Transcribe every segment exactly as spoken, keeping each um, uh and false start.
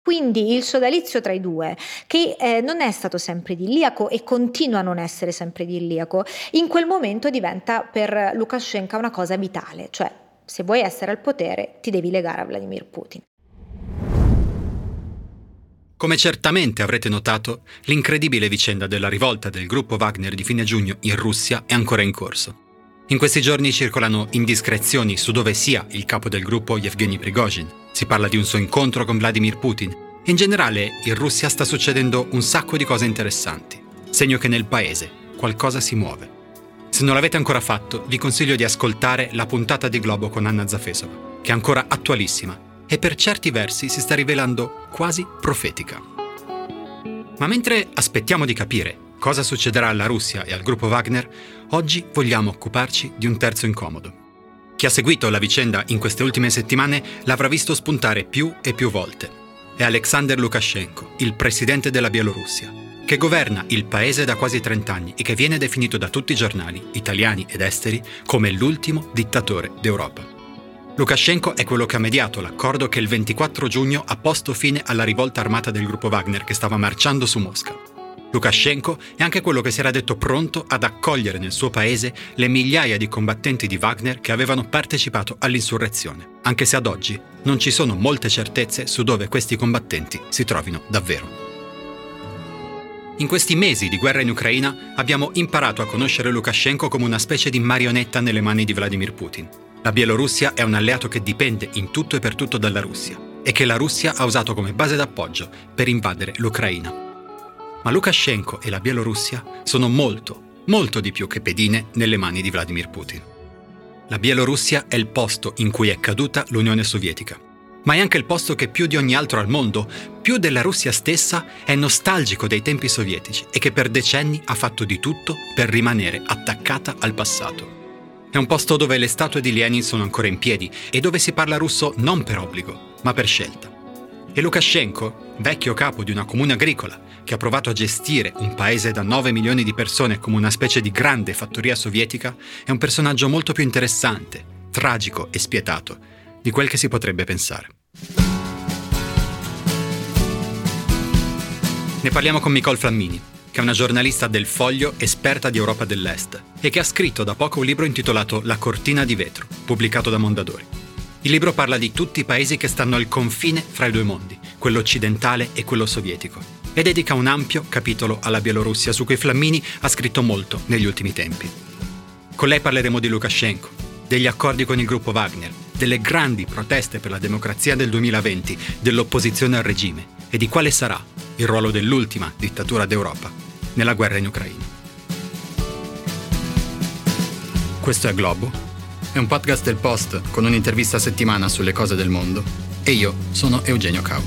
Quindi il sodalizio tra i due, che eh, non è stato sempre idilliaco e continua a non essere sempre idilliaco, in quel momento diventa per Lukashenko una cosa vitale, cioè se vuoi essere al potere ti devi legare a Vladimir Putin. Come certamente avrete notato, l'incredibile vicenda della rivolta del gruppo Wagner di fine giugno in Russia è ancora in corso. In questi giorni circolano indiscrezioni su dove sia il capo del gruppo Yevgeny Prigozhin. Si parla di un suo incontro con Vladimir Putin. In generale, in Russia sta succedendo un sacco di cose interessanti. Segno che nel paese qualcosa si muove. Se non l'avete ancora fatto, vi consiglio di ascoltare la puntata di Globo con Anna Zafesova, che è ancora attualissima e per certi versi si sta rivelando quasi profetica. Ma mentre aspettiamo di capire cosa succederà alla Russia e al gruppo Wagner, oggi vogliamo occuparci di un terzo incomodo. Chi ha seguito la vicenda in queste ultime settimane l'avrà visto spuntare più e più volte. È Alexander Lukashenko, il presidente della Bielorussia, che governa il paese da quasi trent'anni e che viene definito da tutti i giornali, italiani ed esteri, come l'ultimo dittatore d'Europa. Lukashenko è quello che ha mediato l'accordo che il ventiquattro giugno ha posto fine alla rivolta armata del gruppo Wagner che stava marciando su Mosca. Lukashenko è anche quello che si era detto pronto ad accogliere nel suo paese le migliaia di combattenti di Wagner che avevano partecipato all'insurrezione, anche se ad oggi non ci sono molte certezze su dove questi combattenti si trovino davvero. In questi mesi di guerra in Ucraina abbiamo imparato a conoscere Lukashenko come una specie di marionetta nelle mani di Vladimir Putin. La Bielorussia è un alleato che dipende in tutto e per tutto dalla Russia e che la Russia ha usato come base d'appoggio per invadere l'Ucraina. Ma Lukashenko e la Bielorussia sono molto, molto di più che pedine nelle mani di Vladimir Putin. La Bielorussia è il posto in cui è caduta l'Unione Sovietica, ma è anche il posto che più di ogni altro al mondo, più della Russia stessa, è nostalgico dei tempi sovietici e che per decenni ha fatto di tutto per rimanere attaccata al passato. È un posto dove le statue di Lenin sono ancora in piedi e dove si parla russo non per obbligo, ma per scelta. E Lukashenko, vecchio capo di una comune agricola, che ha provato a gestire un paese da nove milioni di persone come una specie di grande fattoria sovietica, è un personaggio molto più interessante, tragico e spietato di quel che si potrebbe pensare. Ne parliamo con Nicole Flammini, che è una giornalista del Foglio esperta di Europa dell'Est e che ha scritto da poco un libro intitolato La cortina di vetro, pubblicato da Mondadori. Il libro parla di tutti i paesi che stanno al confine fra i due mondi, quello occidentale e quello sovietico, e dedica un ampio capitolo alla Bielorussia su cui Flammini ha scritto molto negli ultimi tempi. Con lei parleremo di Lukashenko, degli accordi con il gruppo Wagner, delle grandi proteste per la democrazia del duemilaventi, dell'opposizione al regime e di quale sarà il ruolo dell'ultima dittatura d'Europa nella guerra in Ucraina. Questo è Globo. È un podcast del Post con un'intervista a settimana sulle cose del mondo e io sono Eugenio Cau.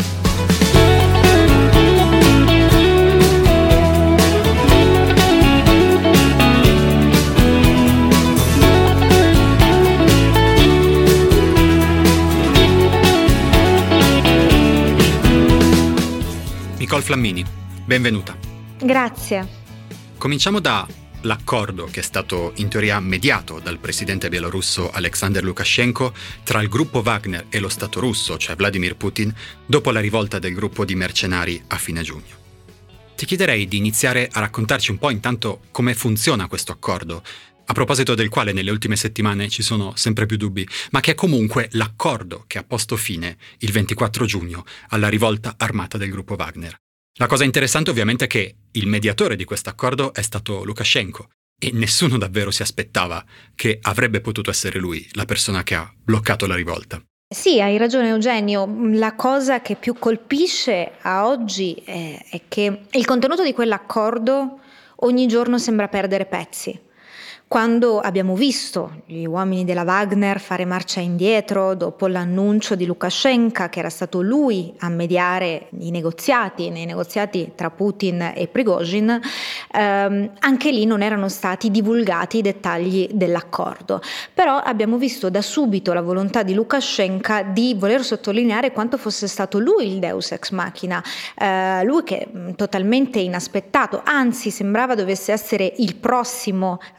Nicole Flammini, benvenuta. Grazie. Cominciamo da l'accordo che è stato in teoria mediato dal presidente bielorusso Alexander Lukashenko tra il gruppo Wagner e lo Stato russo, cioè Vladimir Putin, dopo la rivolta del gruppo di mercenari a fine giugno. Ti chiederei di iniziare a raccontarci un po' intanto come funziona questo accordo, a proposito del quale nelle ultime settimane ci sono sempre più dubbi, ma che è comunque l'accordo che ha posto fine il ventiquattro giugno alla rivolta armata del gruppo Wagner. La cosa interessante ovviamente è che il mediatore di questo accordo è stato Lukashenko e nessuno davvero si aspettava che avrebbe potuto essere lui la persona che ha bloccato la rivolta. Sì, hai ragione Eugenio, la cosa che più colpisce a oggi è, è che il contenuto di quell'accordo ogni giorno sembra perdere pezzi. Quando abbiamo visto gli uomini della Wagner fare marcia indietro dopo l'annuncio di Lukashenko, che era stato lui a mediare i negoziati, nei negoziati tra Putin e Prigozhin, ehm, anche lì non erano stati divulgati i dettagli dell'accordo. Però abbiamo visto da subito la volontà di Lukashenko di voler sottolineare quanto fosse stato lui il Deus ex machina, eh, lui che totalmente inaspettato, anzi sembrava dovesse essere il prossimo ad andare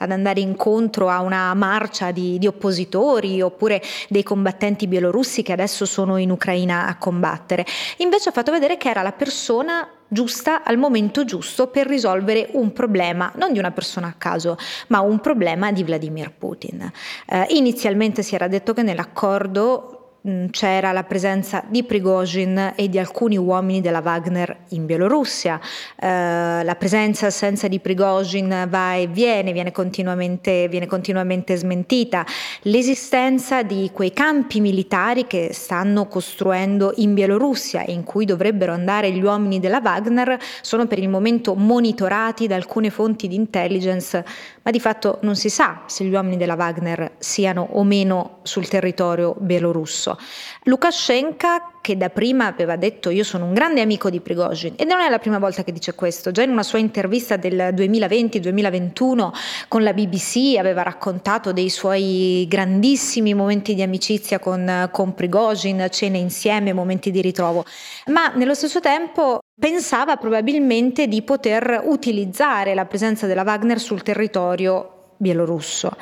incontro a una marcia di, di oppositori oppure dei combattenti bielorussi che adesso sono in Ucraina a combattere. Invece ha fatto vedere che era la persona giusta al momento giusto per risolvere un problema, non di una persona a caso, ma un problema di Vladimir Putin. Eh, inizialmente si era detto che nell'accordo c'era la presenza di Prigozhin e di alcuni uomini della Wagner in Bielorussia. Eh, la presenza assenza di Prigozhin va e viene, viene continuamente, viene continuamente smentita. L'esistenza di quei campi militari che stanno costruendo in Bielorussia e in cui dovrebbero andare gli uomini della Wagner sono per il momento monitorati da alcune fonti di intelligence, ma di fatto non si sa se gli uomini della Wagner siano o meno sul territorio bielorusso. Lukashenko, che da prima aveva detto io sono un grande amico di Prigozhin, e non è la prima volta che dice questo, già in una sua intervista del duemilaventi duemilaventuno con la B B C aveva raccontato dei suoi grandissimi momenti di amicizia con, con Prigozhin, cene insieme, momenti di ritrovo, ma nello stesso tempo pensava probabilmente di poter utilizzare la presenza della Wagner sul territorio bielorusso.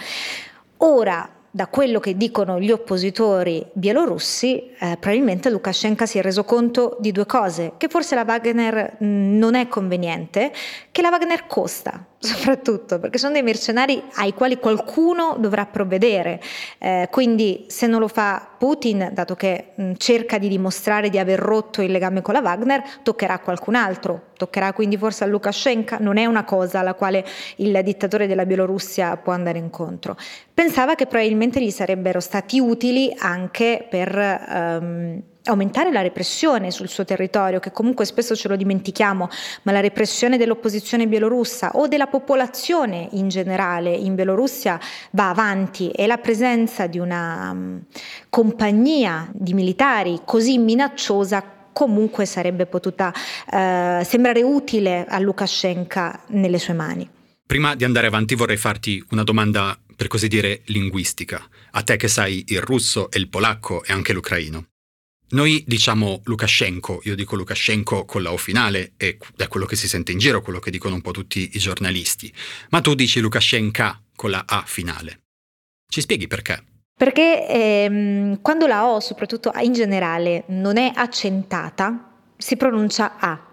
Ora, da quello che dicono gli oppositori bielorussi, eh, probabilmente Lukashenko si è reso conto di due cose: che forse la Wagner mh, non è conveniente, che la Wagner costa, soprattutto perché sono dei mercenari ai quali qualcuno dovrà provvedere, eh, quindi se non lo fa Putin, dato che mh, cerca di dimostrare di aver rotto il legame con la Wagner, toccherà a qualcun altro, toccherà quindi forse a Lukashenko. Non è una cosa alla quale il dittatore della Bielorussia può andare incontro. Pensava che probabilmente gli sarebbero stati utili anche per um, aumentare la repressione sul suo territorio, che comunque spesso ce lo dimentichiamo, ma la repressione dell'opposizione bielorussa o della popolazione in generale in Bielorussia va avanti, e la presenza di una um, compagnia di militari così minacciosa comunque sarebbe potuta uh, sembrare utile a Lukashenko nelle sue mani. Prima di andare avanti vorrei farti una domanda, per così dire, linguistica, a te che sai il russo e il polacco e anche l'ucraino. Noi diciamo Lukashenko, io dico Lukashenko con la O finale, e è quello che si sente in giro, quello che dicono un po' tutti i giornalisti, ma tu dici Lukashenka con la A finale. Ci spieghi perché? Perché ehm, quando la O, soprattutto in generale, non è accentata, si pronuncia A.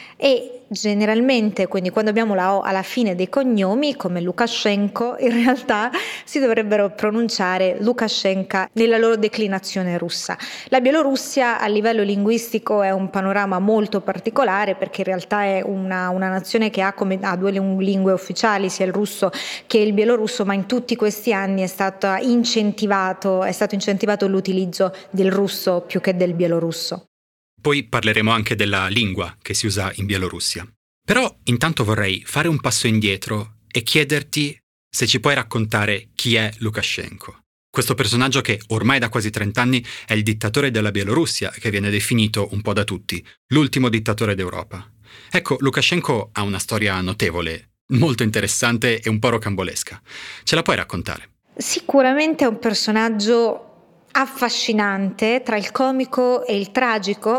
E generalmente, quindi quando abbiamo la O alla fine dei cognomi, come Lukashenko, in realtà si dovrebbero pronunciare Lukashenka nella loro declinazione russa. La Bielorussia a livello linguistico è un panorama molto particolare, perché in realtà è una, una nazione che ha, come, ha due lingue ufficiali, sia il russo che il bielorusso, ma in tutti questi anni è stato incentivato, è stato incentivato l'utilizzo del russo più che del bielorusso. Poi parleremo anche della lingua che si usa in Bielorussia. Però intanto vorrei fare un passo indietro e chiederti se ci puoi raccontare chi è Lukashenko. Questo personaggio che ormai da quasi trent'anni è il dittatore della Bielorussia, che viene definito un po' da tutti l'ultimo dittatore d'Europa. Ecco, Lukashenko ha una storia notevole, molto interessante e un po' rocambolesca. Ce la puoi raccontare? Sicuramente è un personaggio affascinante, tra il comico e il tragico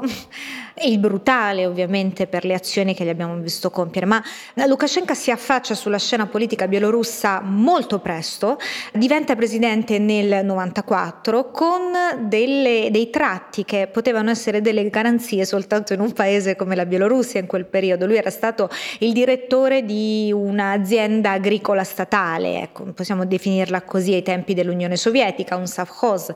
e il brutale, ovviamente, per le azioni che gli abbiamo visto compiere. Ma Lukashenko si affaccia sulla scena politica bielorussa molto presto, diventa presidente nel novantaquattro con delle, dei tratti che potevano essere delle garanzie soltanto in un paese come la Bielorussia in quel periodo. Lui era stato il direttore di un'azienda agricola statale, ecco, possiamo definirla così, ai tempi dell'Unione Sovietica, un savkhoz,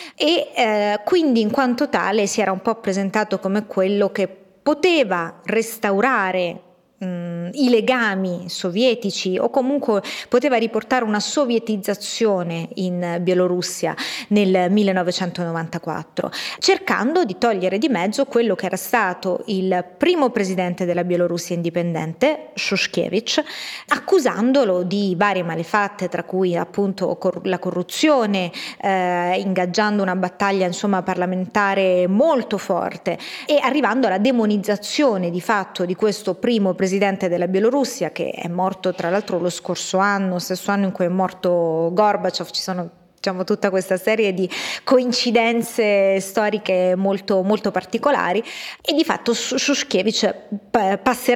e eh, quindi in quanto tale si era un po' presentato come quello che poteva restaurare mh, i legami sovietici, o comunque poteva riportare una sovietizzazione in Bielorussia nel millenovecentonovantaquattro, cercando di togliere di mezzo quello che era stato il primo presidente della Bielorussia indipendente, Shushkevich, accusandolo di varie malefatte, tra cui appunto cor- la corruzione, eh, ingaggiando una battaglia insomma parlamentare molto forte e arrivando alla demonizzazione di fatto di questo primo presidente della Bielorussia, che è morto tra l'altro lo scorso anno, stesso anno in cui è morto Gorbaciov. Ci sono, diciamo, tutta questa serie di coincidenze storiche molto, molto particolari, e di fatto Shushkevich passerà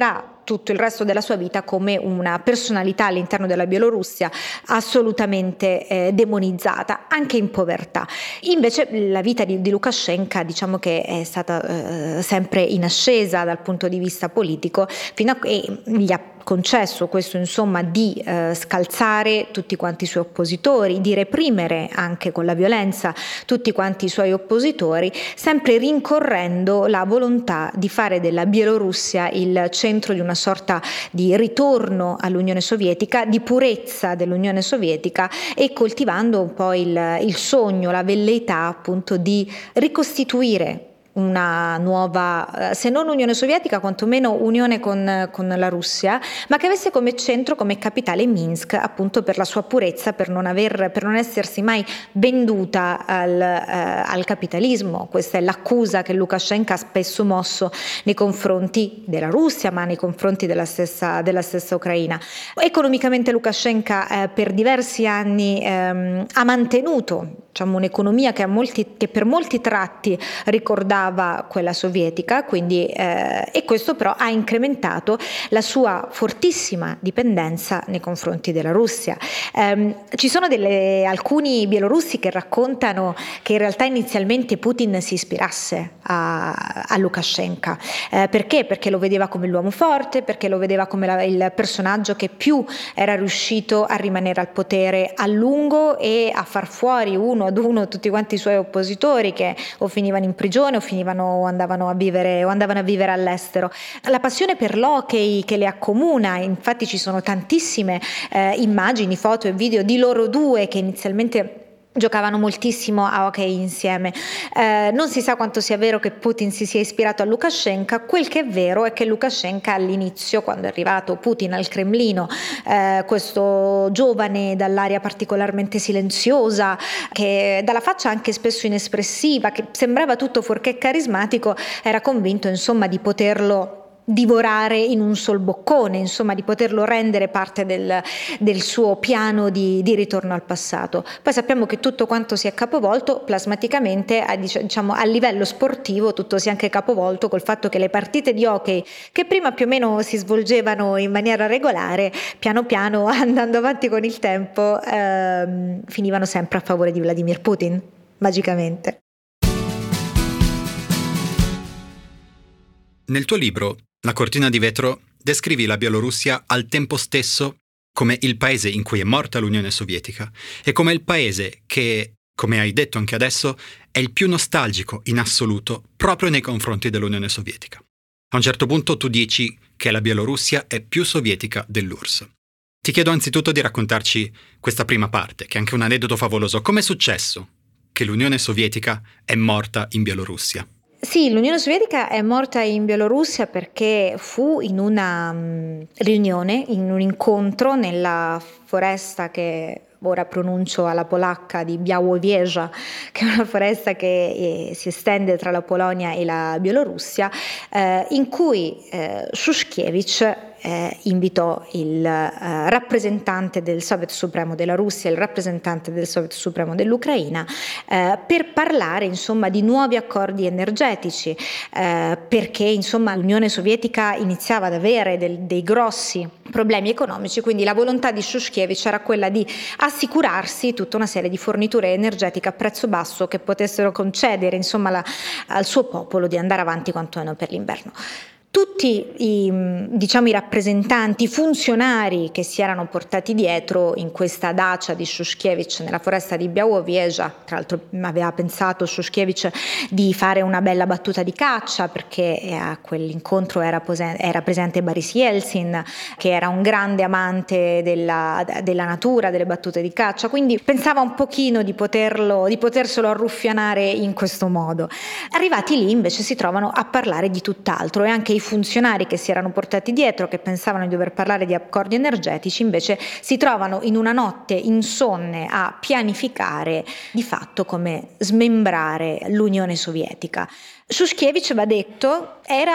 tutto il resto della sua vita come una personalità all'interno della Bielorussia assolutamente eh, demonizzata, anche in povertà. Invece la vita di, di Lukashenko, diciamo che è stata eh, sempre in ascesa dal punto di vista politico, fino a che gli ha concesso questo, insomma, di eh, scalzare tutti quanti i suoi oppositori, di reprimere anche con la violenza tutti quanti i suoi oppositori, sempre rincorrendo la volontà di fare della Bielorussia il centro di una sorta di ritorno all'Unione Sovietica, di purezza dell'Unione Sovietica, e coltivando un po' il, il sogno, la velleità appunto di ricostituire una nuova, se non Unione Sovietica, quantomeno unione con, con la Russia, ma che avesse come centro, come capitale Minsk, appunto per la sua purezza, per non aver, per non essersi mai venduta al, eh, al capitalismo. Questa è l'accusa che Lukashenko ha spesso mosso nei confronti della Russia, ma nei confronti della stessa, della stessa Ucraina. Economicamente Lukashenko eh, per diversi anni ehm, ha mantenuto, diciamo, un'economia che, a molti, che per molti tratti ricordava quella sovietica, quindi, eh, e questo però ha incrementato la sua fortissima dipendenza nei confronti della Russia. Eh, ci sono delle, alcuni bielorussi che raccontano che in realtà inizialmente Putin si ispirasse a, a Lukashenko. Eh, perché? Perché lo vedeva come l'uomo forte, perché lo vedeva come la, il personaggio che più era riuscito a rimanere al potere a lungo e a far fuori uno ad uno tutti quanti i suoi oppositori, che o finivano in prigione o finivano o andavano a vivere o andavano a vivere all'estero. La passione per l'hockey che le accomuna, infatti ci sono tantissime eh, immagini, foto e video di loro due che inizialmente giocavano moltissimo a hockey insieme. Eh, non si sa quanto sia vero che Putin si sia ispirato a Lukashenko. Quel che è vero è che Lukashenko all'inizio, quando è arrivato Putin al Cremlino, eh, questo giovane dall'aria particolarmente silenziosa, che dalla faccia anche spesso inespressiva, che sembrava tutto fuorché carismatico, era convinto, insomma, di poterlo divorare in un sol boccone, insomma di poterlo rendere parte del, del suo piano di, di ritorno al passato. Poi sappiamo che tutto quanto si è capovolto plasmaticamente, a, diciamo, a livello sportivo tutto si è anche capovolto col fatto che le partite di hockey, che prima più o meno si svolgevano in maniera regolare, piano piano, andando avanti con il tempo, ehm, finivano sempre a favore di Vladimir Putin, magicamente. Nel tuo libro La cortina di vetro descrivi la Bielorussia al tempo stesso come il paese in cui è morta l'Unione Sovietica e come il paese che, come hai detto anche adesso, è il più nostalgico in assoluto proprio nei confronti dell'Unione Sovietica. A un certo punto tu dici che la Bielorussia è più sovietica dell'U R S S. Ti chiedo anzitutto di raccontarci questa prima parte, che è anche un aneddoto favoloso. Come è successo che l'Unione Sovietica è morta in Bielorussia? Sì, l'Unione Sovietica è morta in Bielorussia perché fu in una um, riunione, in un incontro nella foresta che ora pronuncio alla polacca di Białowieża, che è una foresta che eh, si estende tra la Polonia e la Bielorussia, eh, in cui eh, Shushkevich Eh, invitò il eh, rappresentante del Soviet Supremo della Russia e il rappresentante del Soviet Supremo dell'Ucraina eh, per parlare, insomma, di nuovi accordi energetici, eh, perché, insomma, l'Unione Sovietica iniziava ad avere del, dei grossi problemi economici, quindi la volontà di Shushkevich era quella di assicurarsi tutta una serie di forniture energetiche a prezzo basso che potessero concedere, insomma, la, al suo popolo di andare avanti quantomeno per l'inverno. Tutti i, diciamo, i rappresentanti, i funzionari che si erano portati dietro in questa dacia di Shushkevich nella foresta di Białowieża, tra l'altro aveva pensato Shushkevich di fare una bella battuta di caccia, perché a quell'incontro era, posen- era presente Boris Yeltsin, che era un grande amante della, della natura, delle battute di caccia, quindi pensava un pochino di poterlo, di poterselo arruffianare in questo modo. Arrivati lì invece si trovano a parlare di tutt'altro, e anche i funzionari che si erano portati dietro, che pensavano di dover parlare di accordi energetici, invece si trovano in una notte insonne a pianificare di fatto come smembrare l'Unione Sovietica. Shushkevich, va detto, era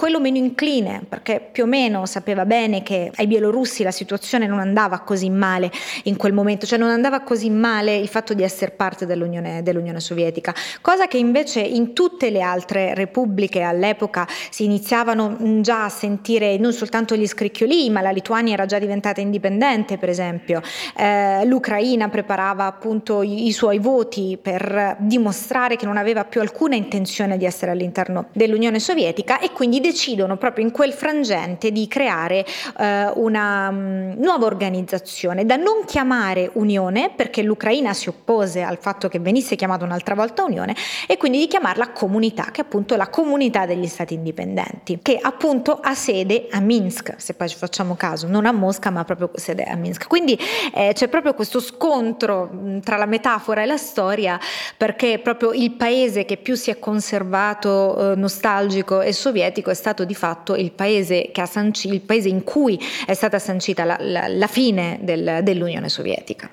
quello meno incline, perché più o meno sapeva bene che ai bielorussi la situazione non andava così male in quel momento, cioè non andava così male il fatto di essere parte dell'Unione, dell'Unione Sovietica, cosa che invece in tutte le altre repubbliche all'epoca si iniziavano già a sentire non soltanto gli scricchiolii, ma la Lituania era già diventata indipendente, per esempio, eh, l'Ucraina preparava appunto i, i suoi voti per dimostrare che non aveva più alcuna intenzione di essere all'interno dell'Unione Sovietica, e quindi decidono proprio in quel frangente di creare eh, una um, nuova organizzazione da non chiamare Unione, perché l'Ucraina si oppose al fatto che venisse chiamata un'altra volta Unione, e quindi di chiamarla Comunità, che è appunto la comunità degli stati indipendenti, che appunto ha sede a Minsk, se poi ci facciamo caso, non a Mosca ma proprio sede a Minsk. Quindi eh, c'è proprio questo scontro mh, tra la metafora e la storia, perché proprio il paese che più si è conservato, eh, nostalgico e sovietico è stato di fatto il paese che ha sancito, il paese in cui è stata sancita la, la, la fine del, dell'Unione Sovietica.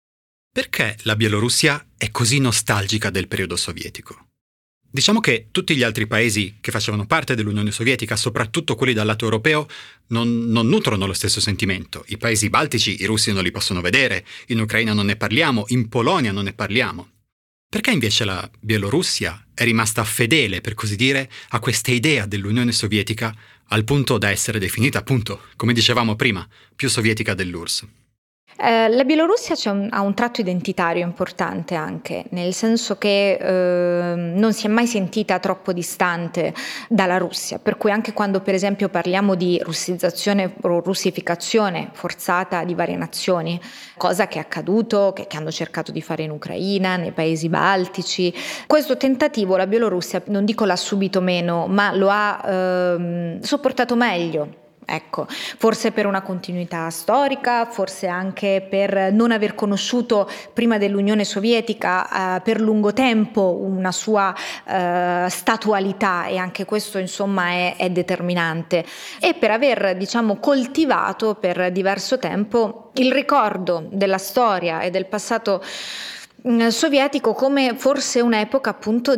Perché la Bielorussia è così nostalgica del periodo sovietico? Diciamo che tutti gli altri paesi che facevano parte dell'Unione Sovietica, soprattutto quelli dal lato europeo, non, non nutrono lo stesso sentimento. I paesi baltici i russi non li possono vedere, in Ucraina non ne parliamo, in Polonia non ne parliamo. Perché invece la Bielorussia è rimasta fedele, per così dire, a questa idea dell'Unione Sovietica, al punto da essere definita, appunto, come dicevamo prima, più sovietica dell'U R S S? Eh, la Bielorussia c'è un, ha un tratto identitario importante anche, nel senso che eh, non si è mai sentita troppo distante dalla Russia, per cui anche quando per esempio parliamo di russizzazione o russificazione forzata di varie nazioni, cosa che è accaduto, che, che hanno cercato di fare in Ucraina, nei paesi baltici, questo tentativo la Bielorussia, non dico l'ha subito meno, ma lo ha eh, sopportato meglio. Ecco, forse per una continuità storica, forse anche per non aver conosciuto prima dell'Unione Sovietica eh, per lungo tempo una sua eh, statualità, e anche questo insomma è, è determinante, e per aver diciamo coltivato per diverso tempo il ricordo della storia e del passato sovietico come forse un'epoca appunto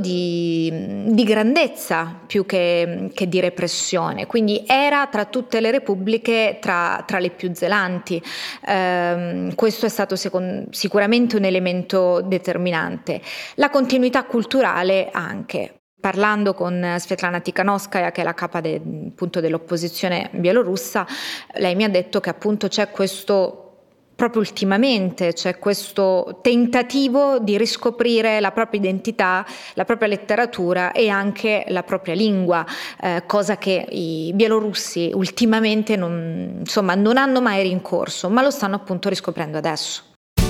di, di grandezza più che, che di repressione, quindi era tra tutte le repubbliche tra, tra le più zelanti. Eh, questo è stato secondo, sicuramente un elemento determinante. La continuità culturale anche. Parlando con Svetlana Tikhanovskaya, che è la capa de, appunto dell'opposizione bielorussa, lei mi ha detto che appunto c'è questo proprio ultimamente c'è questo tentativo di riscoprire la propria identità, la propria letteratura e anche la propria lingua, eh, cosa che i bielorussi ultimamente non, insomma, non hanno mai rincorso, ma lo stanno appunto riscoprendo adesso.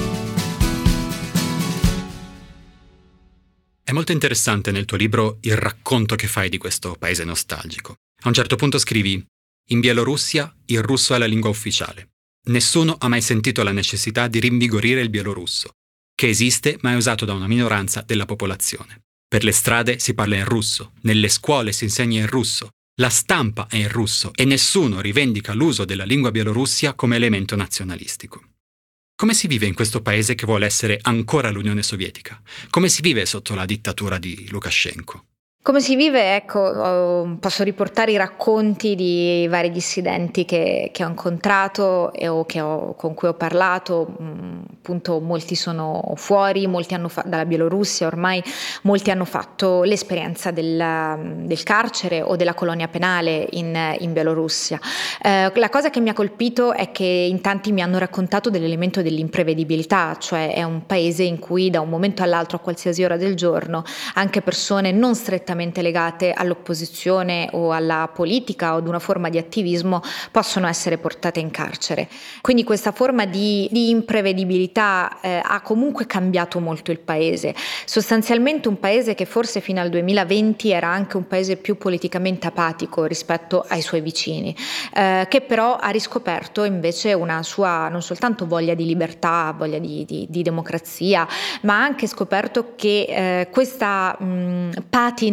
È molto interessante nel tuo libro il racconto che fai di questo paese nostalgico. A un certo punto scrivi: in Bielorussia il russo è la lingua ufficiale. Nessuno ha mai sentito la necessità di rinvigorire il bielorusso, che esiste ma è usato da una minoranza della popolazione. Per le strade si parla in russo, nelle scuole si insegna in russo, la stampa è in russo e nessuno rivendica l'uso della lingua bielorussia come elemento nazionalistico. Come si vive in questo paese che vuole essere ancora l'Unione Sovietica? Come si vive sotto la dittatura di Lukashenko? Come si vive? Ecco, posso riportare i racconti di vari dissidenti che, che ho incontrato e o che ho, con cui ho parlato. Appunto, molti sono fuori, molti hanno fatto dalla Bielorussia, ormai molti hanno fatto l'esperienza del, del carcere o della colonia penale in, in Bielorussia. Eh, la cosa che mi ha colpito è che in tanti mi hanno raccontato dell'elemento dell'imprevedibilità, cioè è un paese in cui da un momento all'altro, a qualsiasi ora del giorno, anche persone non strettamente legate all'opposizione o alla politica o ad una forma di attivismo possono essere portate in carcere. Quindi questa forma di, di imprevedibilità eh, ha comunque cambiato molto il paese. Sostanzialmente un paese che forse fino al duemilaventi era anche un paese più politicamente apatico rispetto ai suoi vicini, eh, che però ha riscoperto invece una sua non soltanto voglia di libertà, voglia di, di, di democrazia, ma ha anche scoperto che eh, questa mh, patina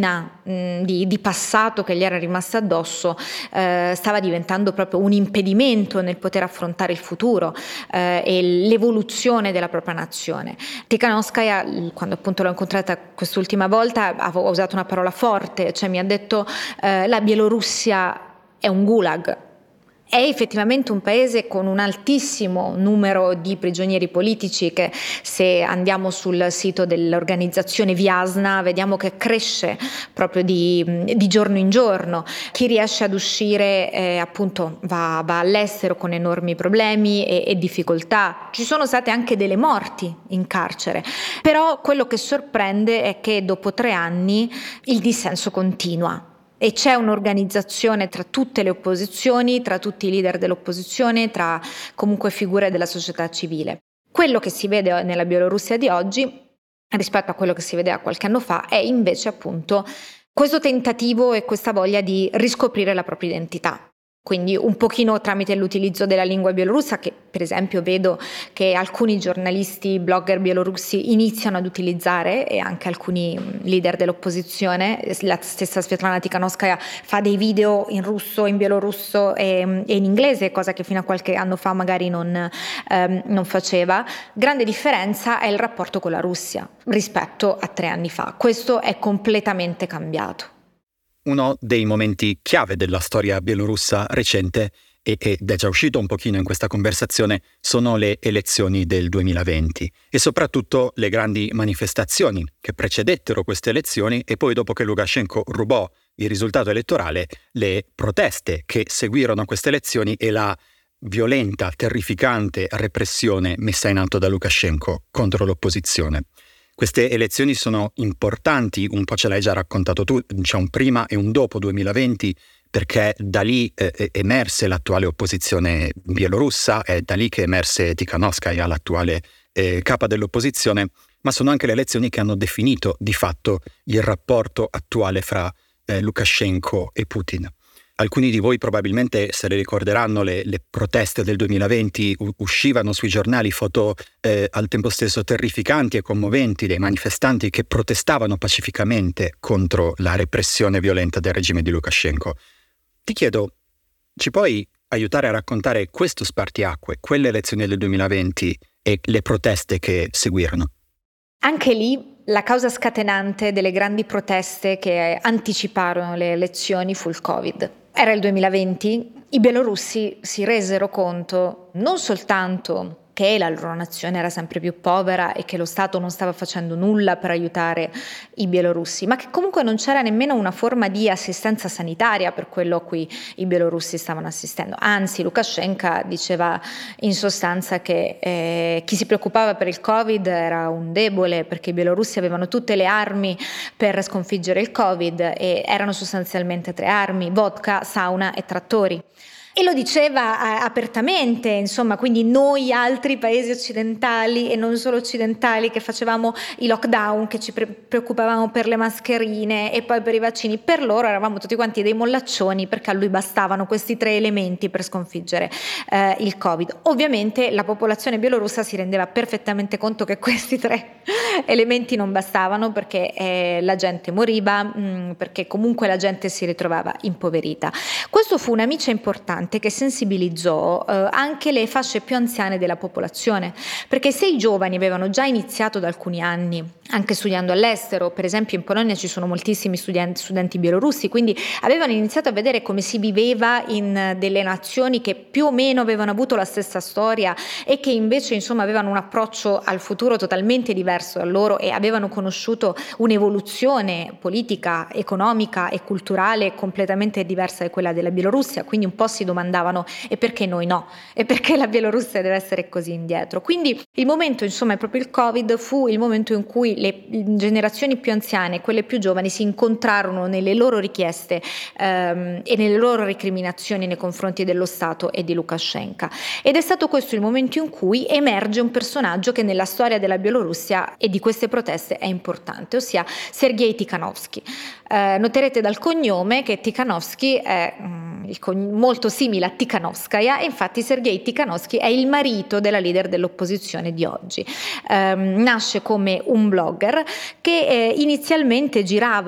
patina mh, di, di passato che gli era rimasta addosso eh, stava diventando proprio un impedimento nel poter affrontare il futuro eh, e l'evoluzione della propria nazione. Tikhanovskaya, quando appunto l'ho incontrata quest'ultima volta, ha usato una parola forte, cioè mi ha detto eh, la Bielorussia è un gulag. È effettivamente un paese con un altissimo numero di prigionieri politici che, se andiamo sul sito dell'organizzazione Viasna, vediamo che cresce proprio di, di giorno in giorno. Chi riesce ad uscire eh, appunto va, va all'estero con enormi problemi e, e difficoltà. Ci sono state anche delle morti in carcere, però quello che sorprende è che dopo tre anni il dissenso continua. E c'è un'organizzazione tra tutte le opposizioni, tra tutti i leader dell'opposizione, tra comunque figure della società civile. Quello che si vede nella Bielorussia di oggi, rispetto a quello che si vedeva qualche anno fa, è invece appunto questo tentativo e questa voglia di riscoprire la propria identità. Quindi un pochino tramite l'utilizzo della lingua bielorussa, che per esempio vedo che alcuni giornalisti, blogger bielorussi iniziano ad utilizzare, e anche alcuni leader dell'opposizione. La stessa Svetlana Tikhanovskaya fa dei video in russo, in bielorusso e, e in inglese, cosa che fino a qualche anno fa magari non, ehm, non faceva. Grande differenza è il rapporto con la Russia rispetto a tre anni fa. Questo è completamente cambiato. Uno dei momenti chiave della storia bielorussa recente, e, ed è già uscito un pochino in questa conversazione, sono le elezioni del duemilaventi e soprattutto le grandi manifestazioni che precedettero queste elezioni e poi, dopo che Lukashenko rubò il risultato elettorale, le proteste che seguirono queste elezioni e la violenta, terrificante repressione messa in atto da Lukashenko contro l'opposizione. Queste elezioni sono importanti, un po' ce l'hai già raccontato tu, c'è un prima e un dopo duemilaventi, perché da lì eh, emerse l'attuale opposizione bielorussa, è da lì che emerse Tikhanovskaya, l'attuale eh, capa dell'opposizione, ma sono anche le elezioni che hanno definito di fatto il rapporto attuale fra eh, Lukashenko e Putin. Alcuni di voi probabilmente se le ricorderanno, le, le proteste del duemilaventi, u- uscivano sui giornali foto eh, al tempo stesso terrificanti e commoventi dei manifestanti che protestavano pacificamente contro la repressione violenta del regime di Lukashenko. Ti chiedo, ci puoi aiutare a raccontare questo spartiacque, quelle elezioni del duemilaventi e le proteste che seguirono? Anche lì la causa scatenante delle grandi proteste che anticiparono le elezioni fu il Covid. Era il duemilaventi, i bielorussi si resero conto non soltanto che la loro nazione era sempre più povera e che lo Stato non stava facendo nulla per aiutare i bielorussi, ma che comunque non c'era nemmeno una forma di assistenza sanitaria per quello a cui i bielorussi stavano assistendo. Anzi, Lukashenko diceva in sostanza che eh, chi si preoccupava per il Covid era un debole, perché i bielorussi avevano tutte le armi per sconfiggere il Covid, e erano sostanzialmente tre armi: vodka, sauna e trattori. E lo diceva apertamente, insomma, quindi noi altri paesi occidentali, e non solo occidentali, che facevamo i lockdown, che ci pre- preoccupavamo per le mascherine e poi per i vaccini, per loro eravamo tutti quanti dei mollaccioni, perché a lui bastavano questi tre elementi per sconfiggere eh, il Covid. Ovviamente la popolazione bielorussa si rendeva perfettamente conto che questi tre elementi non bastavano, perché eh, la gente moriva, mh, perché comunque la gente si ritrovava impoverita. Questo fu una miccia importante che sensibilizzò eh, anche le fasce più anziane della popolazione, perché se i giovani avevano già iniziato da alcuni anni, anche studiando all'estero, per esempio in Polonia ci sono moltissimi studenti, studenti bielorussi, quindi avevano iniziato a vedere come si viveva in delle nazioni che più o meno avevano avuto la stessa storia e che invece insomma avevano un approccio al futuro totalmente diverso da loro e avevano conosciuto un'evoluzione politica, economica e culturale completamente diversa da quella della Bielorussia, quindi un po' si domandavano: e perché noi no? E perché la Bielorussia deve essere così indietro? Quindi il momento, insomma, è proprio il Covid, fu il momento in cui le generazioni più anziane e quelle più giovani si incontrarono nelle loro richieste ehm, e nelle loro recriminazioni nei confronti dello Stato e di Lukashenko. Ed è stato questo il momento in cui emerge un personaggio che nella storia della Bielorussia e di queste proteste è importante, ossia Sergei Tikhanovsky. Eh, noterete dal cognome che Tikhanovsky è mm, il cogn- molto simile a Tikhanovskaya, e infatti Sergei Tikhanovsky è il marito della leader dell'opposizione di oggi. Eh, nasce come un blogger che eh, inizialmente girava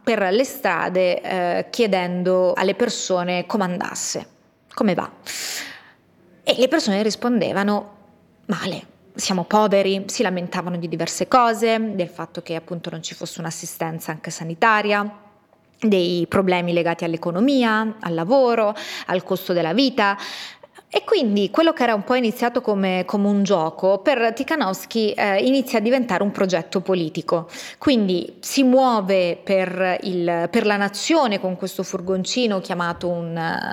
per le strade eh, chiedendo alle persone come andasse, come va. E le persone rispondevano male, siamo poveri, si lamentavano di diverse cose, del fatto che appunto non ci fosse un'assistenza anche sanitaria, dei problemi legati all'economia, al lavoro, al costo della vita. E quindi quello che era un po' iniziato come, come un gioco, per Tikhanovsky eh, inizia a diventare un progetto politico. Quindi si muove per, il, per la nazione con questo furgoncino chiamato un,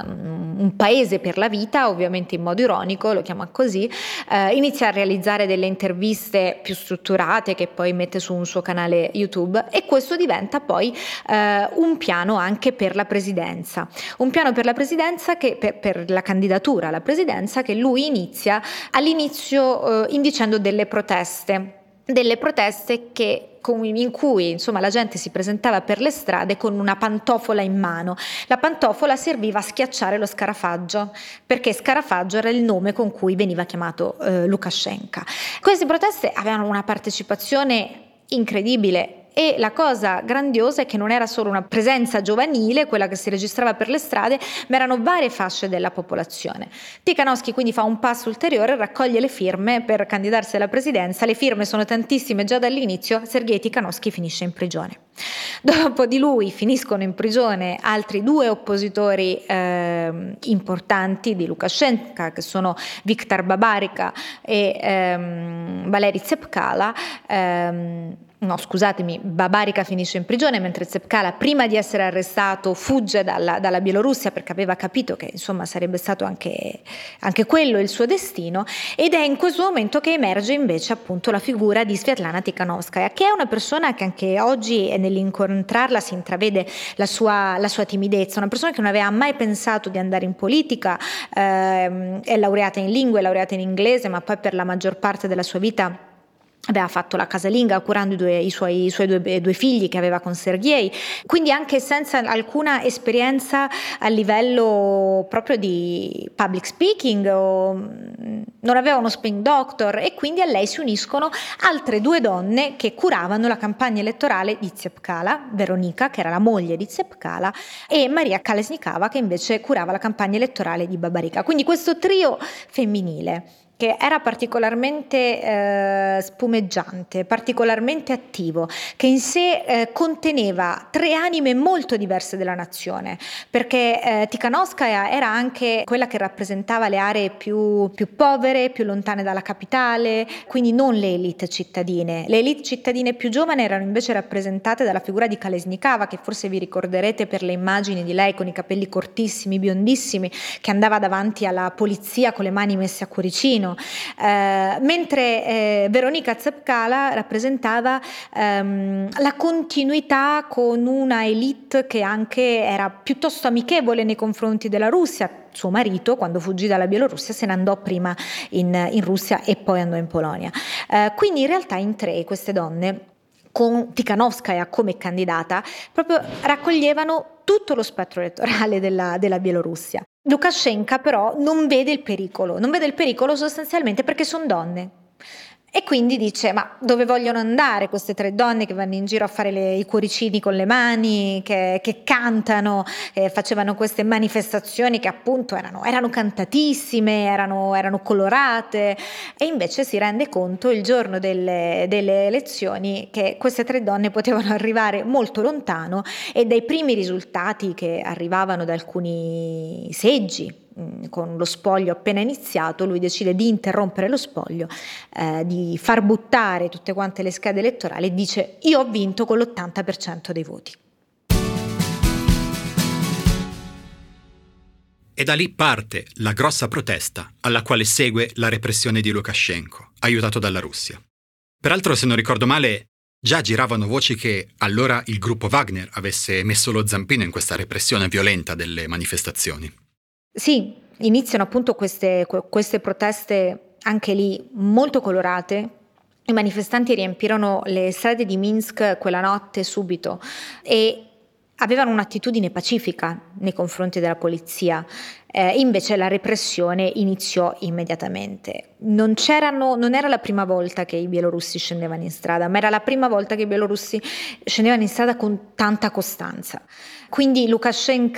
un paese per la vita, ovviamente in modo ironico, lo chiama così, eh, inizia a realizzare delle interviste più strutturate che poi mette su un suo canale YouTube, e questo diventa poi eh, un piano anche per la presidenza, un piano per la presidenza che per, per la candidatura alla presidenza che lui inizia all'inizio eh, indicendo delle proteste, delle proteste che in cui insomma la gente si presentava per le strade con una pantofola in mano. La pantofola serviva a schiacciare lo scarafaggio, perché scarafaggio era il nome con cui veniva chiamato eh, Lukashenko. Queste proteste avevano una partecipazione incredibile. E la cosa grandiosa è che non era solo una presenza giovanile, quella che si registrava per le strade, ma erano varie fasce della popolazione. Tikhanovsky quindi fa un passo ulteriore, raccoglie le firme per candidarsi alla presidenza. Le firme sono tantissime già dall'inizio. Sergei Tikhanovsky finisce in prigione. Dopo di lui finiscono in prigione altri due oppositori eh, importanti di Lukashenko, che sono Viktor Babarika e ehm, Valery Tsepkala. Ehm, No, scusatemi, Babarika finisce in prigione, mentre Tsepkala, prima di essere arrestato, fugge dalla, dalla Bielorussia perché aveva capito che insomma sarebbe stato anche, anche quello il suo destino, ed è in questo momento che emerge invece appunto la figura di Svetlana Tikhanovskaya, che è una persona che anche oggi nell'incontrarla si intravede la sua, la sua timidezza, una persona che non aveva mai pensato di andare in politica, ehm, è laureata in lingue, è laureata in inglese, ma poi per la maggior parte della sua vita aveva fatto la casalinga curando i, due, i suoi, i suoi due, due figli che aveva con Sergei, quindi anche senza alcuna esperienza a livello proprio di public speaking, o non aveva uno spin doctor, e quindi a lei si uniscono altre due donne che curavano la campagna elettorale di Tsepkala, Veronika, che era la moglie di Tsepkala, e Maria Kalesnikava, che invece curava la campagna elettorale di Babarika. Quindi questo trio femminile, che era particolarmente eh, spumeggiante, particolarmente attivo, che in sé eh, conteneva tre anime molto diverse della nazione, perché eh, Tikhanovskaya era anche quella che rappresentava le aree più, più povere, più lontane dalla capitale, quindi non le elite cittadine. Le elite cittadine più giovani erano invece rappresentate dalla figura di Kalesnikava, che forse vi ricorderete per le immagini di lei con i capelli cortissimi, biondissimi, che andava davanti alla polizia con le mani messe a cuoricino. Eh, mentre eh, Veronika Tsepkala rappresentava ehm, la continuità con una elite che anche era piuttosto amichevole nei confronti della Russia. Suo marito, quando fuggì dalla Bielorussia, se ne andò prima in, in Russia e poi andò in Polonia. Eh, quindi in realtà in tre queste donne, con Tikhanovskaya come candidata, proprio raccoglievano tutto lo spettro elettorale della, della Bielorussia. Lukashenko però non vede il pericolo, non vede il pericolo sostanzialmente perché sono donne. E quindi dice: ma dove vogliono andare queste tre donne che vanno in giro a fare le, i cuoricini con le mani, che, che cantano, eh, facevano queste manifestazioni che appunto erano, erano cantatissime, erano, erano colorate, e invece si rende conto il giorno delle, delle elezioni che queste tre donne potevano arrivare molto lontano, e dai primi risultati che arrivavano da alcuni seggi, con lo spoglio appena iniziato, lui decide di interrompere lo spoglio, eh, di far buttare tutte quante le schede elettorali, e dice: io ho vinto con l'ottanta per cento dei voti. E da lì parte la grossa protesta alla quale segue la repressione di Lukashenko, aiutato dalla Russia. Peraltro, se non ricordo male, già giravano voci che allora il gruppo Wagner avesse messo lo zampino in questa repressione violenta delle manifestazioni. Sì, iniziano appunto queste, queste proteste anche lì molto colorate. I manifestanti riempirono le strade di Minsk quella notte subito, e avevano un'attitudine pacifica nei confronti della polizia. Eh, invece la repressione iniziò immediatamente. Non c'erano, non era la prima volta che i bielorussi scendevano in strada, ma era la prima volta che i bielorussi scendevano in strada con tanta costanza. Quindi Lukashenko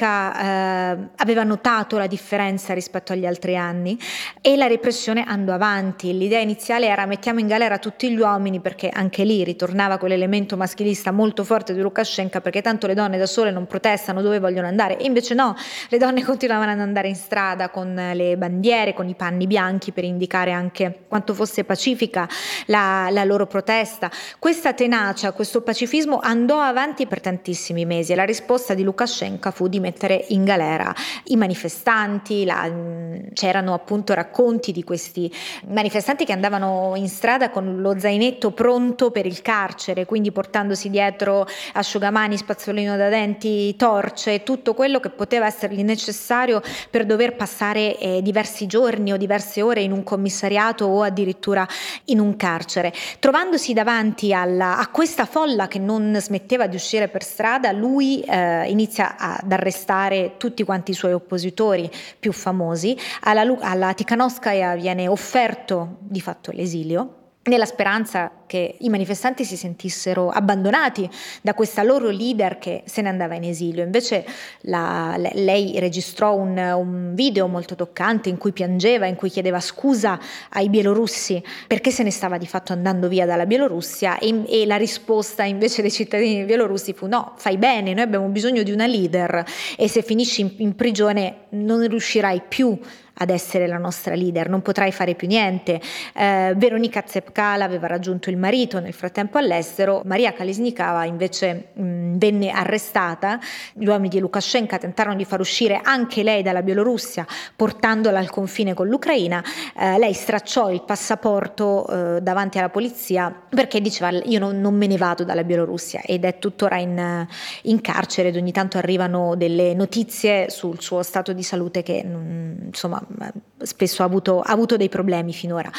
eh, aveva notato la differenza rispetto agli altri anni e la repressione andò avanti. L'idea iniziale era mettiamo in galera tutti gli uomini, perché anche lì ritornava quell'elemento maschilista molto forte di Lukashenko, perché tanto le donne da sole non protestano, dove vogliono andare? E invece no, le donne continuavano ad andare in strada con le bandiere, con i panni bianchi, per indicare anche quanto fosse pacifica la, la loro protesta. Questa tenacia, questo pacifismo andò avanti per tantissimi mesi e la risposta di Lukashenko fu di mettere in galera i manifestanti. La, c'erano appunto racconti di questi manifestanti che andavano in strada con lo zainetto pronto per il carcere, quindi portandosi dietro asciugamani, spazzolino da denti, torce, tutto quello che poteva essergli necessario per dover passare eh, diversi giorni o diverse ore in un commissariato o addirittura in un carcere. Trovandosi davanti alla, a questa folla che non smetteva di uscire per strada, lui eh, inizia ad arrestare tutti quanti i suoi oppositori più famosi. Alla, alla Tikhanovskaya viene offerto di fatto l'esilio, nella speranza che i manifestanti si sentissero abbandonati da questa loro leader che se ne andava in esilio. Invece la, lei registrò un, un video molto toccante in cui piangeva, in cui chiedeva scusa ai bielorussi perché se ne stava di fatto andando via dalla Bielorussia, e, e la risposta invece dei cittadini bielorussi fu no, fai bene, noi abbiamo bisogno di una leader e se finisci in, in prigione non riuscirai più ad essere la nostra leader, non potrai fare più niente. Eh, Veronika Tsepkala aveva raggiunto il marito nel frattempo all'estero, Maria Kalesnikava invece mh, venne arrestata, gli uomini di Lukashenko tentarono di far uscire anche lei dalla Bielorussia portandola al confine con l'Ucraina. Eh, lei stracciò il passaporto eh, davanti alla polizia perché diceva io non, non me ne vado dalla Bielorussia, ed è tuttora in, in carcere ed ogni tanto arrivano delle notizie sul suo stato di salute che mh, insomma spesso ha avuto, ha avuto dei problemi finora.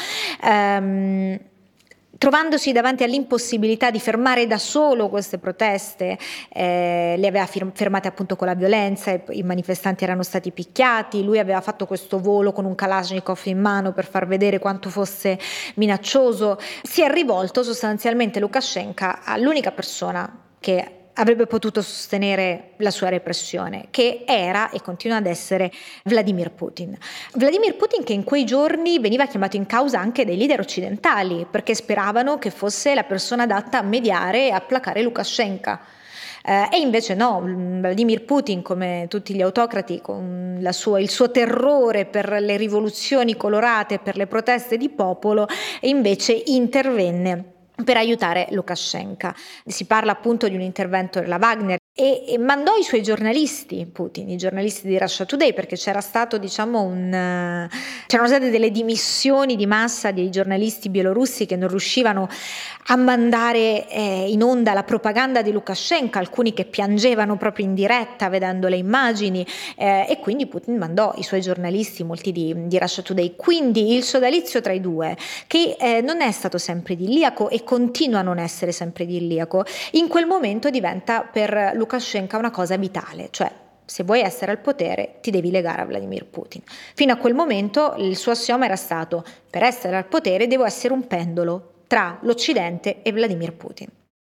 Um, Trovandosi davanti all'impossibilità di fermare da solo queste proteste, eh, le aveva fir- fermate appunto con la violenza, i manifestanti erano stati picchiati, lui aveva fatto questo volo con un Kalashnikov in mano per far vedere quanto fosse minaccioso. Si è rivolto sostanzialmente Lukashenko all'unica persona che avrebbe potuto sostenere la sua repressione, che era e continua ad essere Vladimir Putin. Vladimir Putin che in quei giorni veniva chiamato in causa anche dai leader occidentali, perché speravano che fosse la persona adatta a mediare e a placare Lukashenko. Eh, e invece no, Vladimir Putin, come tutti gli autocrati, con la sua, il suo terrore per le rivoluzioni colorate, per le proteste di popolo, invece intervenne per aiutare Lukashenko. Si parla appunto di un intervento della Wagner e, e mandò i suoi giornalisti, Putin, i giornalisti di Russia Today, perché c'era stato diciamo un c'erano state delle dimissioni di massa dei giornalisti bielorussi che non riuscivano a mandare eh, in onda la propaganda di Lukashenko, alcuni che piangevano proprio in diretta vedendo le immagini, eh, e quindi Putin mandò i suoi giornalisti, molti di, di Russia Today. Quindi il sodalizio tra i due, che eh, non è stato sempre idilliaco e continua a non essere sempre idilliaco, in quel momento diventa per Lukashenko una cosa vitale, cioè se vuoi essere al potere ti devi legare a Vladimir Putin. Fino a quel momento il suo assioma era stato: per essere al potere devo essere un pendolo tra l'Occidente e Vladimir Putin.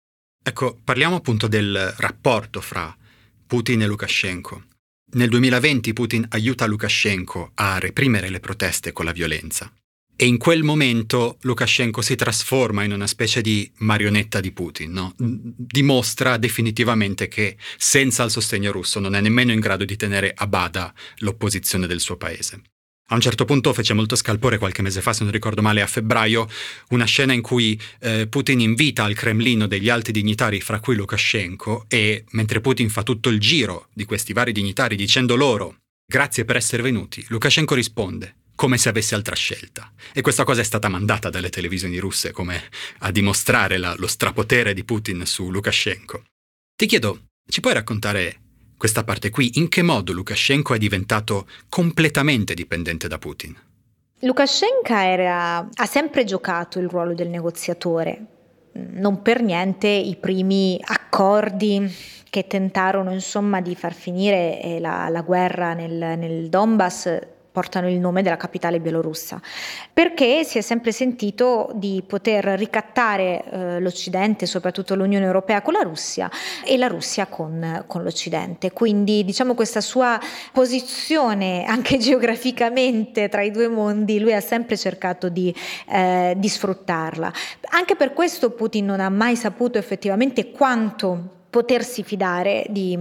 Ecco, parliamo appunto del rapporto fra Putin e Lukashenko. Nel duemilaventi Putin aiuta Lukashenko a reprimere le proteste con la violenza. E in quel momento Lukashenko si trasforma in una specie di marionetta di Putin, no? Dimostra definitivamente che senza il sostegno russo non è nemmeno in grado di tenere a bada l'opposizione del suo paese. A un certo punto fece molto scalpore qualche mese fa, se non ricordo male a febbraio, una scena in cui eh, Putin invita al Cremlino degli alti dignitari, fra cui Lukashenko, e mentre Putin fa tutto il giro di questi vari dignitari dicendo loro «Grazie per essere venuti», Lukashenko risponde come se avesse altra scelta. E questa cosa è stata mandata dalle televisioni russe come a dimostrare la, lo strapotere di Putin su Lukashenko. Ti chiedo, ci puoi raccontare questa parte qui? In che modo Lukashenko è diventato completamente dipendente da Putin? Lukashenko era, ha sempre giocato il ruolo del negoziatore. non per niente i primi accordi che tentarono insomma di far finire eh, la, la guerra nel, nel Donbass portano il nome della capitale bielorussa, perché si è sempre sentito di poter ricattare eh, l'Occidente, soprattutto l'Unione Europea con la Russia e la Russia con, con l'Occidente. Quindi diciamo questa sua posizione anche geograficamente tra i due mondi, lui ha sempre cercato di, eh, di sfruttarla. Anche per questo Putin non ha mai saputo effettivamente quanto potersi fidare di,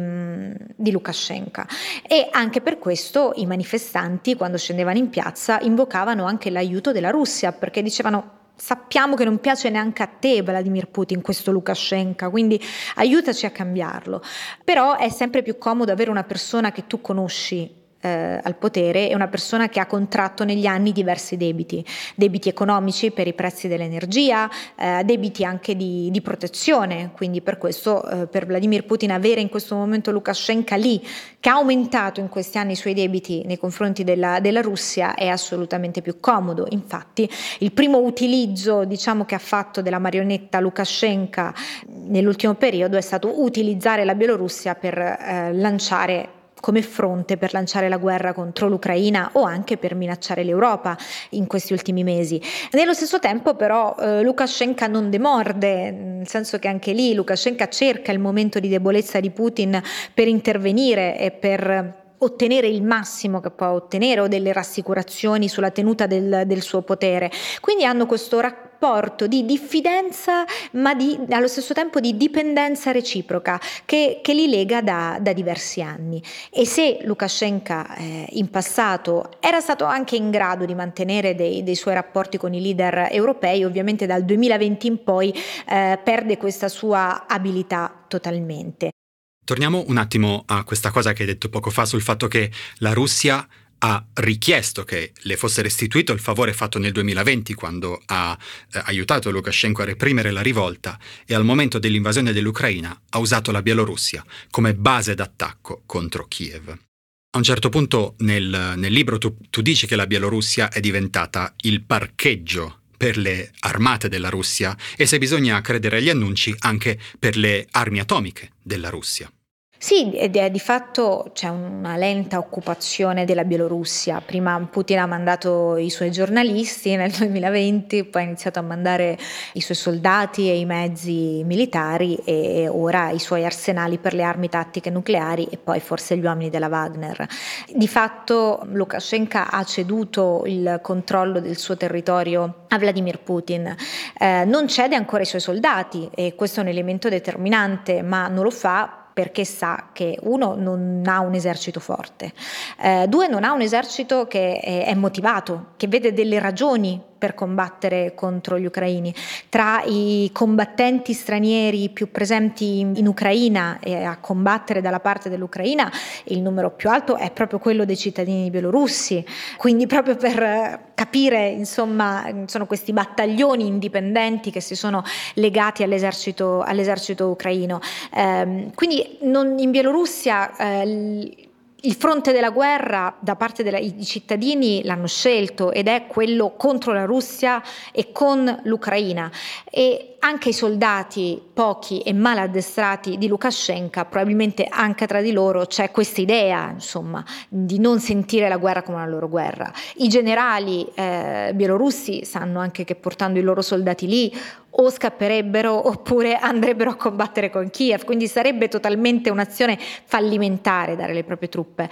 di Lukashenko, e anche per questo i manifestanti, quando scendevano in piazza, invocavano anche l'aiuto della Russia, perché dicevano: sappiamo che non piace neanche a te Vladimir Putin questo Lukashenko, quindi aiutaci a cambiarlo. Però è sempre più comodo avere una persona che tu conosci Eh, al potere, è una persona che ha contratto negli anni diversi debiti, debiti economici per i prezzi dell'energia, eh, debiti anche di, di protezione, quindi per questo eh, per Vladimir Putin avere in questo momento Lukashenko lì, che ha aumentato in questi anni i suoi debiti nei confronti della, della Russia, è assolutamente più comodo. Infatti il primo utilizzo, diciamo, che ha fatto della marionetta Lukashenko nell'ultimo periodo è stato utilizzare la Bielorussia per eh, lanciare come fronte per lanciare la guerra contro l'Ucraina o anche per minacciare l'Europa in questi ultimi mesi. Nello stesso tempo però eh, Lukashenko non demorde, nel senso che anche lì Lukashenko cerca il momento di debolezza di Putin per intervenire e per ottenere il massimo che può ottenere o delle rassicurazioni sulla tenuta del, del suo potere. Quindi hanno questo rapporto di diffidenza ma di, allo stesso tempo di dipendenza reciproca che, che li lega da, da diversi anni. E se Lukashenko eh, in passato era stato anche in grado di mantenere dei, dei suoi rapporti con i leader europei, ovviamente dal duemilaventi in poi eh, perde questa sua abilità totalmente. Torniamo un attimo a questa cosa che hai detto poco fa sul fatto che la Russia ha richiesto che le fosse restituito il favore fatto nel duemilaventi quando ha eh, aiutato Lukashenko a reprimere la rivolta, e al momento dell'invasione dell'Ucraina ha usato la Bielorussia come base d'attacco contro Kiev. A un certo punto nel, nel libro tu, tu dici che la Bielorussia è diventata il parcheggio per le armate della Russia e, se bisogna credere agli annunci, anche per le armi atomiche della Russia. Sì, ed è, di fatto c'è una lenta occupazione della Bielorussia. Prima Putin ha mandato i suoi giornalisti nel duemilaventi, poi ha iniziato a mandare i suoi soldati e i mezzi militari e ora i suoi arsenali per le armi tattiche nucleari e poi forse gli uomini della Wagner. Di fatto Lukashenko ha ceduto il controllo del suo territorio a Vladimir Putin. Eh, non cede ancora i suoi soldati e questo è un elemento determinante, ma non lo fa perché sa che, uno, non ha un esercito forte, eh, due, non ha un esercito che è, è motivato, che vede delle ragioni per combattere contro gli ucraini. Tra i combattenti stranieri più presenti in Ucraina e a combattere dalla parte dell'Ucraina, il numero più alto è proprio quello dei cittadini bielorussi. Quindi proprio per capire, insomma, sono questi battaglioni indipendenti che si sono legati all'esercito, all'esercito ucraino. Eh, quindi non, in Bielorussia eh, il fronte della guerra da parte dei cittadini l'hanno scelto ed è quello contro la Russia e con l'Ucraina, e anche i soldati, pochi e mal addestrati di Lukashenko, probabilmente anche tra di loro c'è questa idea, insomma, di non sentire la guerra come una loro guerra. I generali eh, bielorussi sanno anche che portando i loro soldati lì o scapperebbero oppure andrebbero a combattere con Kiev, quindi sarebbe totalmente un'azione fallimentare dare le proprie truppe.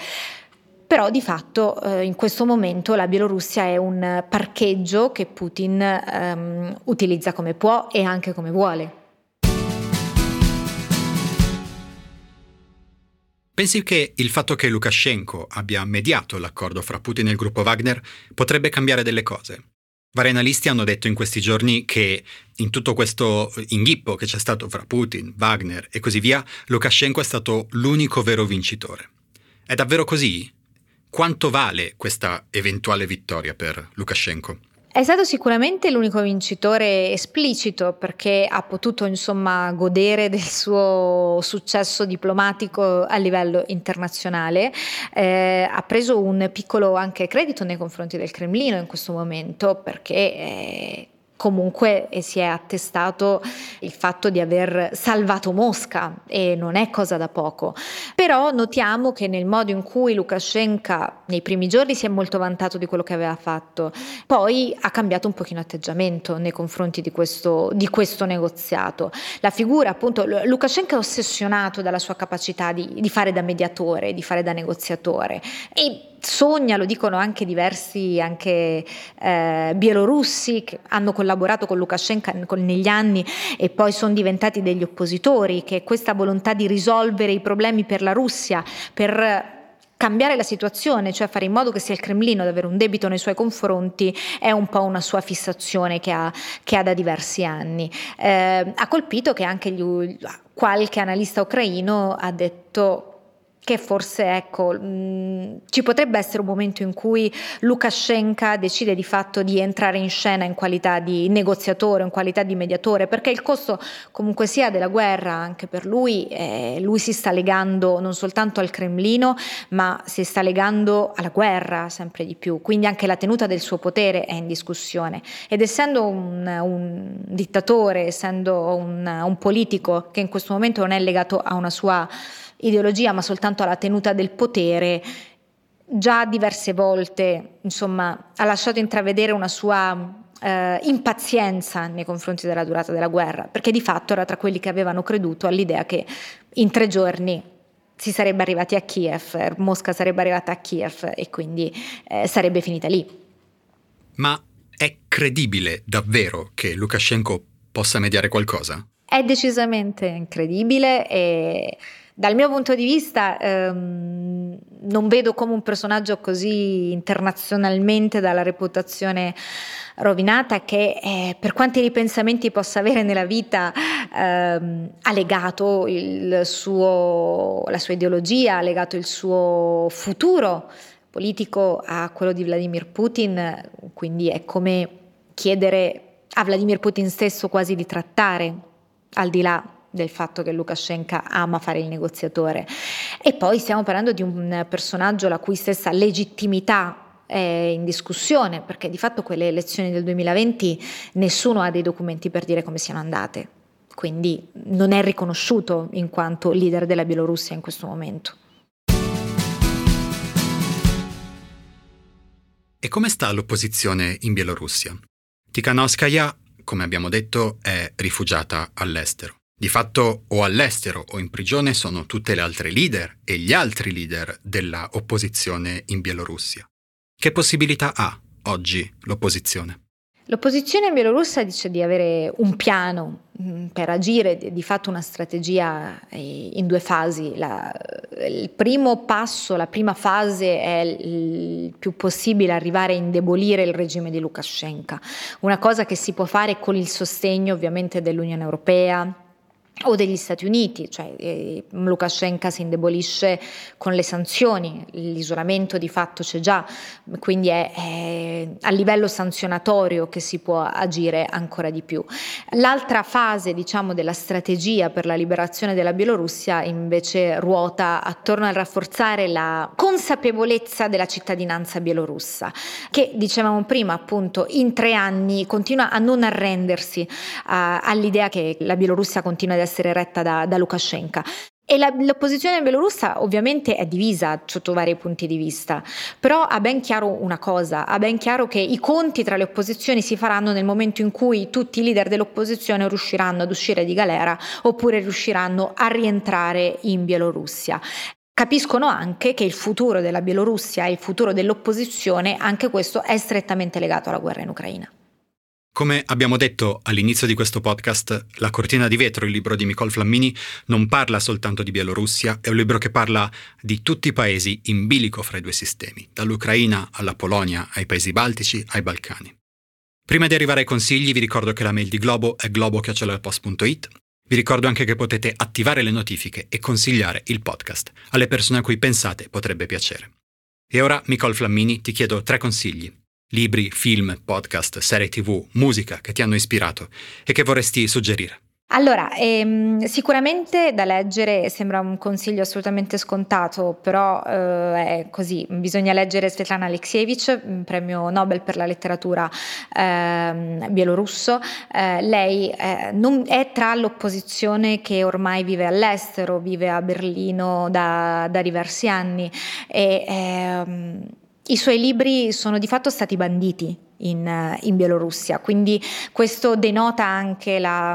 Però di fatto eh, in questo momento la Bielorussia è un parcheggio che Putin ehm, utilizza come può e anche come vuole. Pensi che il fatto che Lukashenko abbia mediato l'accordo fra Putin e il gruppo Wagner potrebbe cambiare delle cose? Vari analisti hanno detto in questi giorni che in tutto questo inghippo che c'è stato fra Putin, Wagner e così via, Lukashenko è stato l'unico vero vincitore. È davvero così? Quanto vale questa eventuale vittoria per Lukashenko? È stato sicuramente l'unico vincitore esplicito, perché ha potuto insomma godere del suo successo diplomatico a livello internazionale, eh, ha preso un piccolo anche credito nei confronti del Cremlino in questo momento, perché eh, comunque si è attestato il fatto di aver salvato Mosca e non è cosa da poco. Però notiamo che nel modo in cui Lukashenko nei primi giorni si è molto vantato di quello che aveva fatto, poi ha cambiato un pochino atteggiamento nei confronti di questo, di questo negoziato. La figura, appunto, Lukashenko è ossessionato dalla sua capacità di, di fare da mediatore, di fare da negoziatore e sogna, lo dicono anche diversi anche eh, bielorussi che hanno collaborato con Lukashenko negli anni e poi sono diventati degli oppositori, che questa volontà di risolvere i problemi per la Russia, per cambiare la situazione, cioè fare in modo che sia il Cremlino ad avere un debito nei suoi confronti, è un po' una sua fissazione che ha, che ha da diversi anni. Eh, ha colpito che anche gli, qualche analista ucraino ha detto che forse, ecco, mh, ci potrebbe essere un momento in cui Lukashenko decide di fatto di entrare in scena in qualità di negoziatore, in qualità di mediatore, perché il costo comunque sia della guerra anche per lui, eh, lui si sta legando non soltanto al Cremlino, ma si sta legando alla guerra sempre di più, quindi anche la tenuta del suo potere è in discussione. Ed essendo un, un dittatore, essendo un, un politico che in questo momento non è legato a una sua ideologia ma soltanto alla tenuta del potere, già diverse volte insomma ha lasciato intravedere una sua eh, impazienza nei confronti della durata della guerra, perché di fatto era tra quelli che avevano creduto all'idea che in tre giorni si sarebbe arrivati a Kiev, Mosca sarebbe arrivata a Kiev e quindi eh, sarebbe finita lì. Ma è credibile davvero che Lukashenko possa mediare qualcosa? È decisamente incredibile e dal mio punto di vista ehm, non vedo come un personaggio così internazionalmente dalla reputazione rovinata che eh, per quanti ripensamenti possa avere nella vita ehm, ha legato il suo, la sua ideologia, ha legato il suo futuro politico a quello di Vladimir Putin, quindi è come chiedere a Vladimir Putin stesso quasi di trattare al di là del fatto che Lukashenko ama fare il negoziatore. E poi stiamo parlando di un personaggio la cui stessa legittimità è in discussione, perché di fatto quelle elezioni del duemilaventi nessuno ha dei documenti per dire come siano andate, quindi non è riconosciuto in quanto leader della Bielorussia in questo momento. E come sta l'opposizione in Bielorussia? Tikhanovskaya, come abbiamo detto, è rifugiata all'estero. Di fatto o all'estero o in prigione sono tutte le altre leader e gli altri leader della opposizione in Bielorussia. Che possibilità ha oggi l'opposizione? L'opposizione bielorussa dice di avere un piano mh, per agire, di, di fatto una strategia eh, in due fasi. La, il primo passo, la prima fase è il più possibile arrivare a indebolire il regime di Lukashenko, una cosa che si può fare con il sostegno ovviamente dell'Unione Europea o degli Stati Uniti, cioè eh, Lukashenko si indebolisce con le sanzioni, l'isolamento di fatto c'è già, quindi è, è a livello sanzionatorio che si può agire ancora di più. L'altra fase, diciamo, della strategia per la liberazione della Bielorussia invece ruota attorno al rafforzare la consapevolezza della cittadinanza bielorussa, che dicevamo prima appunto in tre anni continua a non arrendersi a, all'idea che la Bielorussia continua ad essere retta da, da Lukashenko. E la, l'opposizione bielorussa ovviamente è divisa sotto vari punti di vista, però ha ben chiaro una cosa, ha ben chiaro che i conti tra le opposizioni si faranno nel momento in cui tutti i leader dell'opposizione riusciranno ad uscire di galera oppure riusciranno a rientrare in Bielorussia. Capiscono anche che il futuro della Bielorussia e il futuro dell'opposizione, anche questo è strettamente legato alla guerra in Ucraina. Come abbiamo detto all'inizio di questo podcast, La cortina di vetro, il libro di Micol Flammini, non parla soltanto di Bielorussia, è un libro che parla di tutti i paesi in bilico fra i due sistemi, dall'Ucraina alla Polonia, ai paesi baltici, ai Balcani. Prima di arrivare ai consigli vi ricordo che la mail di Globo è globo chiocciola post punto it. Vi ricordo anche che potete attivare le notifiche e consigliare il podcast alle persone a cui pensate potrebbe piacere. E ora, Micol Flammini, ti chiedo tre consigli. Libri, film, podcast, serie tivù, musica che ti hanno ispirato e che vorresti suggerire. Allora, ehm, sicuramente da leggere sembra un consiglio assolutamente scontato, però eh, è così, bisogna leggere Svetlana Alexievich, premio Nobel per la letteratura eh, bielorusso. Eh, lei eh, non è tra l'opposizione che ormai vive all'estero, vive a Berlino da, da diversi anni e ehm, i suoi libri sono di fatto stati banditi in, in Bielorussia, quindi questo denota anche la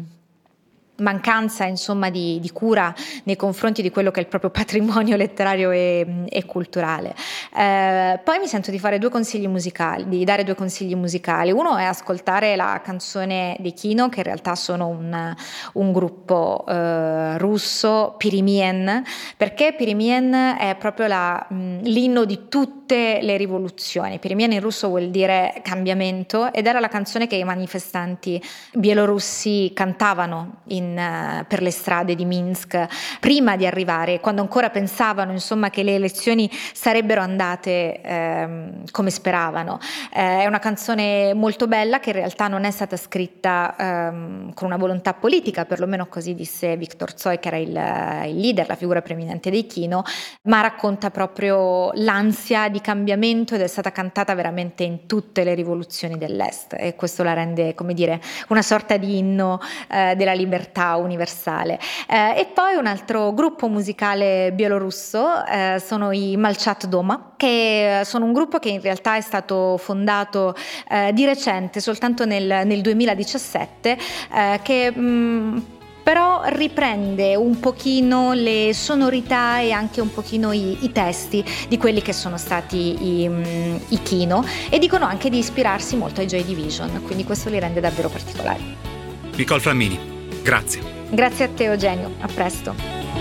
mancanza insomma di, di cura nei confronti di quello che è il proprio patrimonio letterario e, e culturale. Eh, poi mi sento di fare due consigli musicali, di dare due consigli musicali. Uno è ascoltare la canzone dei Kino, che in realtà sono un, un gruppo eh, russo, Pyrimien, perché Pyrimien è proprio la, mh, l'inno di tutte le rivoluzioni. Pyrimien in russo vuol dire cambiamento ed era la canzone che i manifestanti bielorussi cantavano in per le strade di Minsk prima di arrivare, quando ancora pensavano insomma che le elezioni sarebbero andate ehm, come speravano. Eh, è una canzone molto bella che in realtà non è stata scritta ehm, con una volontà politica, perlomeno così disse Viktor Tsoi, che era il, il leader, la figura preeminente dei Kino, ma racconta proprio l'ansia di cambiamento ed è stata cantata veramente in tutte le rivoluzioni dell'Est e questo la rende, come dire, una sorta di inno eh, della libertà universale. Eh, e poi un altro gruppo musicale bielorusso eh, sono i Malchat Doma, che sono un gruppo che in realtà è stato fondato eh, di recente, soltanto nel, nel duemiladiciassette, eh, che mh, però riprende un pochino le sonorità e anche un pochino i, i testi di quelli che sono stati i, i Kino e dicono anche di ispirarsi molto ai Joy Division, quindi questo li rende davvero particolari. Nicole Flammini, grazie. Grazie a te Eugenio, a presto.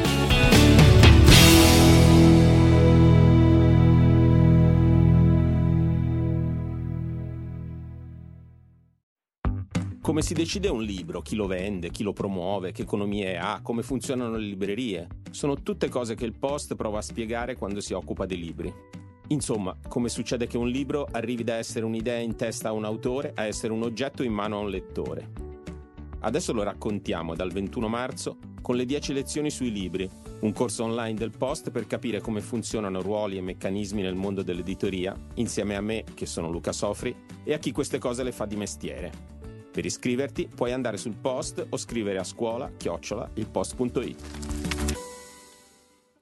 Come si decide un libro, chi lo vende, chi lo promuove, che economie ha, come funzionano le librerie? Sono tutte cose che il Post prova a spiegare quando si occupa dei libri. Insomma, come succede che un libro arrivi da essere un'idea in testa a un autore a essere un oggetto in mano a un lettore. Adesso lo raccontiamo dal ventuno marzo con le dieci lezioni sui libri, un corso online del Post per capire come funzionano ruoli e meccanismi nel mondo dell'editoria, insieme a me, che sono Luca Sofri, e a chi queste cose le fa di mestiere. Per iscriverti puoi andare sul Post o scrivere a scuola chiocciola ilpost punto it.